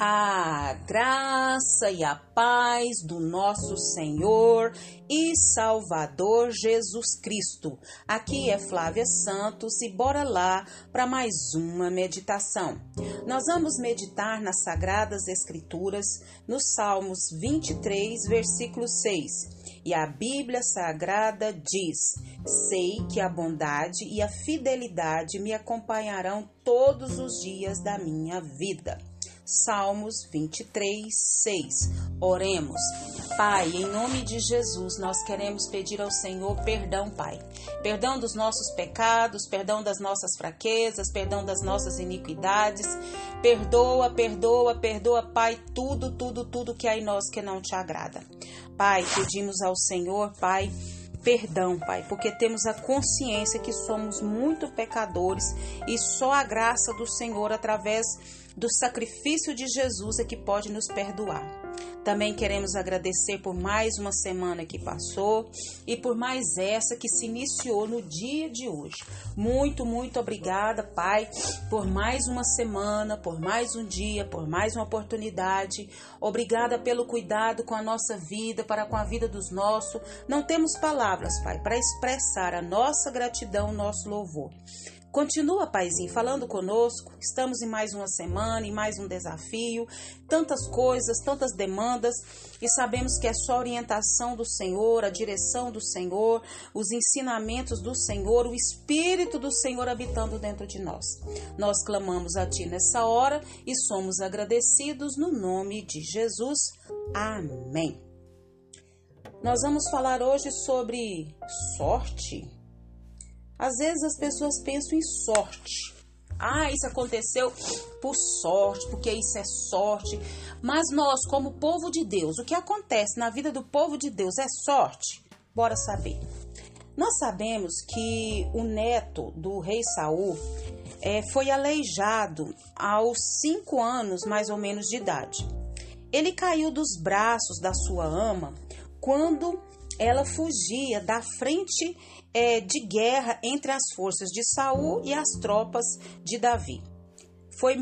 A graça e a paz do nosso Senhor e Salvador Jesus Cristo. Aqui é Flávia Santos e bora lá para mais uma meditação. Nós vamos meditar nas Sagradas Escrituras, nos Salmos 23, versículo 6. E a Bíblia Sagrada diz: sei que a bondade e a fidelidade me acompanharão todos os dias da minha vida. Salmos 23, 6. Oremos. Pai, em nome de Jesus, nós queremos pedir ao Senhor perdão, Pai. Perdão dos nossos pecados, perdão das nossas fraquezas, perdão das nossas iniquidades. Perdoa, Pai, tudo que há em nós que não te agrada. Pai, pedimos ao Senhor, Pai, perdão, Pai, porque temos a consciência que somos muito pecadores e só a graça do Senhor, através do sacrifício de Jesus, é que pode nos perdoar. Também queremos agradecer por mais uma semana que passou e por mais essa que se iniciou no dia de hoje. Muito obrigada, Pai, por mais uma semana, por mais um dia, por mais uma oportunidade. Obrigada pelo cuidado com a nossa vida, para com a vida dos nossos. Não temos palavras, Pai, para expressar a nossa gratidão, nosso louvor. Continua, Paizinho, falando conosco. Estamos em mais uma semana, em mais um desafio, tantas coisas, tantas demandas, e sabemos que é só a orientação do Senhor, a direção do Senhor, os ensinamentos do Senhor, o Espírito do Senhor habitando dentro de nós. Nós clamamos a Ti nessa hora e somos agradecidos no nome de Jesus. Amém. Nós vamos falar hoje sobre sorte. Às vezes as pessoas pensam em sorte. Isso aconteceu por sorte, porque isso é sorte. Mas nós, como povo de Deus, o que acontece na vida do povo de Deus é sorte? Bora saber. Nós sabemos que o neto do rei Saul foi aleijado aos 5 anos, mais ou menos, de idade. Ele caiu dos braços da sua ama quando ela fugia da frente de guerra entre as forças de Saul e as tropas de Davi. Foi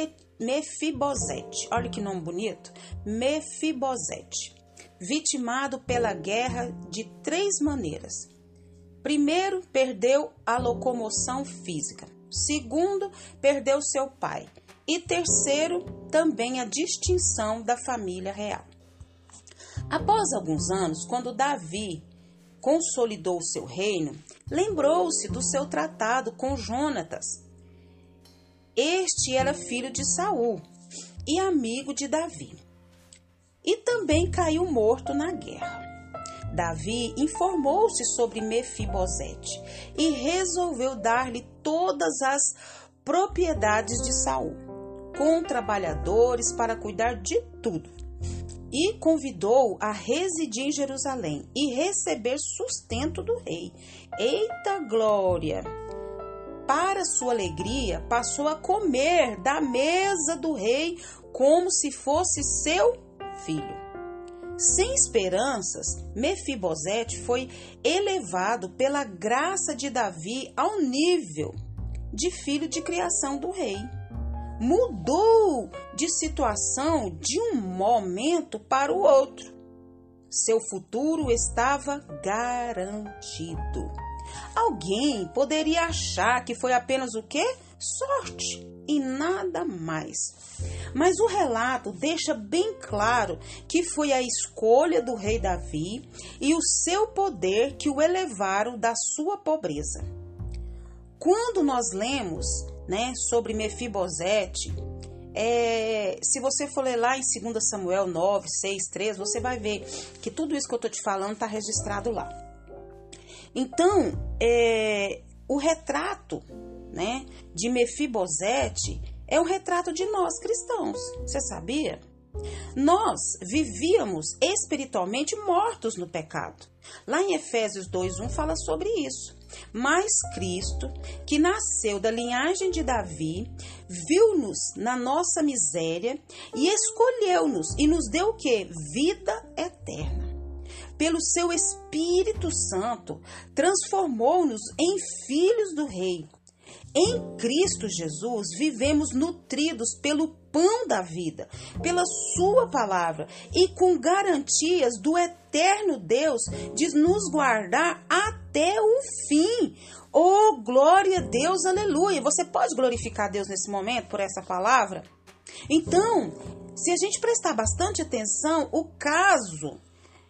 Mefibosete, olha que nome bonito, Mefibosete, vitimado pela guerra de 3 maneiras. Primeiro, perdeu a locomoção física. Segundo, perdeu seu pai. E terceiro, também a distinção da família real. Após alguns anos, quando Davi consolidou seu reino, lembrou-se do seu tratado com Jonatas. Este era filho de Saul e amigo de Davi, e também caiu morto na guerra. Davi informou-se sobre Mefibosete e resolveu dar-lhe todas as propriedades de Saul, com trabalhadores para cuidar de tudo. E convidou-o a residir em Jerusalém e receber sustento do rei. Eita glória! Para sua alegria, passou a comer da mesa do rei como se fosse seu filho. Sem esperanças, Mefibosete foi elevado pela graça de Davi ao nível de filho de criação do rei. Mudou de situação de um momento para o outro. Seu futuro estava garantido. Alguém poderia achar que foi apenas o quê? Sorte e nada mais. Mas o relato deixa bem claro que foi a escolha do rei Davi e o seu poder que o elevaram da sua pobreza. Quando nós lemos sobre Mefibosete, se você for ler lá em 2 Samuel 9, 6, 3, você vai ver que tudo isso que eu estou te falando está registrado lá. Então, o retrato de Mefibosete é um retrato de nós cristãos, você sabia? Nós vivíamos espiritualmente mortos no pecado. Lá em Efésios 2:1 fala sobre isso. Mas Cristo, que nasceu da linhagem de Davi, viu-nos na nossa miséria e escolheu-nos e nos deu o quê? Vida eterna. Pelo seu Espírito Santo, transformou-nos em filhos do Rei. Em Cristo Jesus, vivemos nutridos pelo pão da vida, pela sua palavra e com garantias do eterno Deus de nos guardar até o fim. Oh, glória a Deus, aleluia. Você pode glorificar Deus nesse momento por essa palavra? Então, se a gente prestar bastante atenção, o caso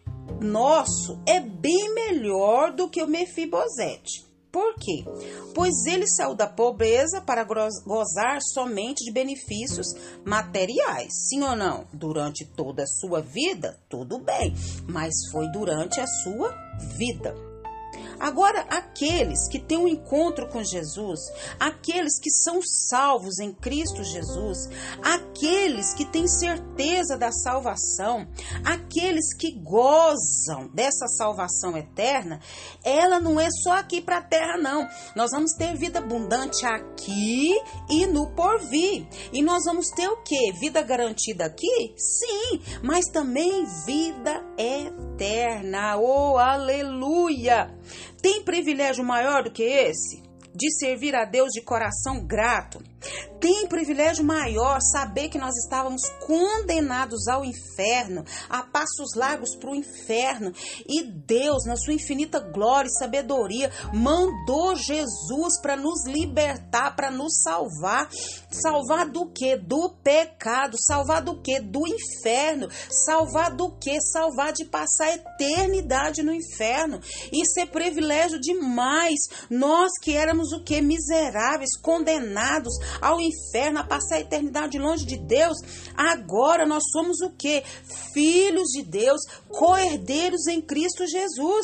nosso é bem melhor do que o Mefibosete. Por quê? Pois ele saiu da pobreza para gozar somente de benefícios materiais. Sim ou não? Durante toda a sua vida, tudo bem, mas foi durante a sua vida. Agora, aqueles que têm um encontro com Jesus, aqueles que são salvos em Cristo Jesus, aqueles que têm certeza da salvação, aqueles que gozam dessa salvação eterna, ela não é só aqui para a terra, não. Nós vamos ter vida abundante aqui e no porvir. E nós vamos ter o quê? Vida garantida aqui? Sim, mas também vida eterna. Oh, aleluia! Tem privilégio maior do que esse? De servir a Deus de coração grato? Tem privilégio maior saber que nós estávamos condenados ao inferno, a passos largos para o inferno, e Deus, na sua infinita glória e sabedoria, mandou Jesus para nos libertar, para nos salvar. Salvar do quê? Do pecado. Salvar do quê? Do inferno. Salvar do quê? Salvar de passar a eternidade no inferno. Isso é privilégio demais. Nós que éramos o quê? Miseráveis, condenados ao inferno, a passar a eternidade longe de Deus. Agora nós somos o quê? Filhos de Deus, co-herdeiros em Cristo Jesus.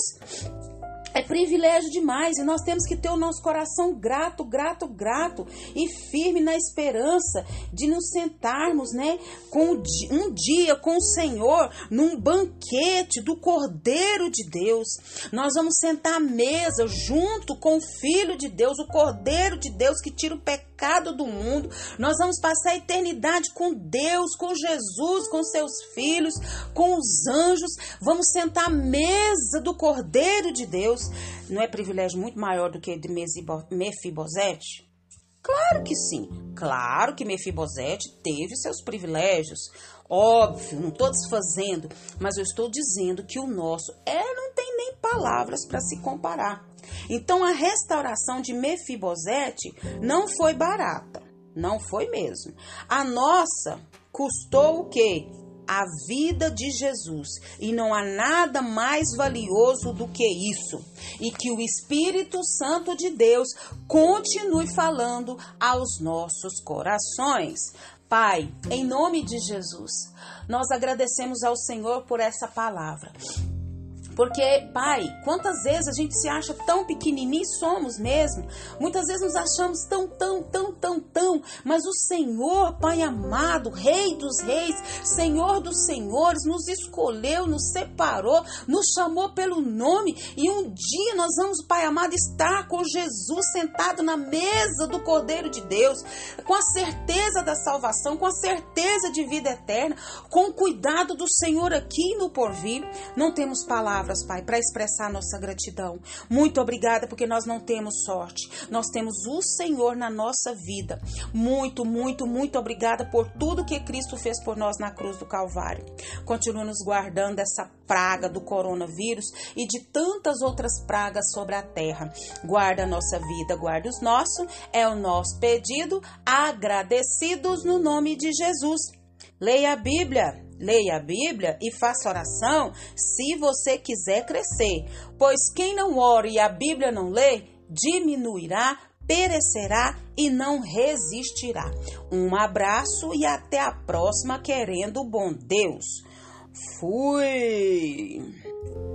É privilégio demais e nós temos que ter o nosso coração grato, grato, grato e firme na esperança de nos sentarmos, com um dia com o Senhor num banquete do Cordeiro de Deus. Nós vamos sentar à mesa junto com o Filho de Deus, o Cordeiro de Deus que tira o pecado do mundo. Nós vamos passar a eternidade com Deus, com Jesus, com seus filhos, com os anjos. Vamos sentar à mesa do Cordeiro de Deus. Não é privilégio muito maior do que de Mefibosete? Claro que sim. Claro que Mefibosete teve seus privilégios. Óbvio, não estou desfazendo, mas eu estou dizendo que o nosso não tem nem palavras para se comparar. Então a restauração de Mefibosete não foi barata. Não foi mesmo. A nossa custou o quê? A vida de Jesus, e não há nada mais valioso do que isso, e que o Espírito Santo de Deus continue falando aos nossos corações. Pai, em nome de Jesus, nós agradecemos ao Senhor por essa palavra. Porque, Pai, quantas vezes a gente se acha tão pequenininho, somos mesmo. Muitas vezes nos achamos tão, mas o Senhor, Pai amado, Rei dos reis, Senhor dos senhores, nos escolheu, nos separou, nos chamou pelo nome, e um dia nós vamos, Pai amado, estar com Jesus sentado na mesa do Cordeiro de Deus, com a certeza da salvação, com a certeza de vida eterna, com o cuidado do Senhor aqui no porvir. Não temos palavras, Pai, para expressar nossa gratidão. Muito obrigada, porque nós não temos sorte. Nós temos o Senhor na nossa vida. Muito, muito, muito obrigada por tudo que Cristo fez por nós na cruz do Calvário. Continua nos guardando dessa praga do coronavírus e de tantas outras pragas sobre a terra. Guarda a nossa vida, guarda os nossos. É o nosso pedido, agradecidos no nome de Jesus. Leia a Bíblia e faça oração se você quiser crescer, pois quem não ora e a Bíblia não lê, diminuirá, perecerá e não resistirá. Um abraço e até a próxima, querendo o bom Deus. Fui!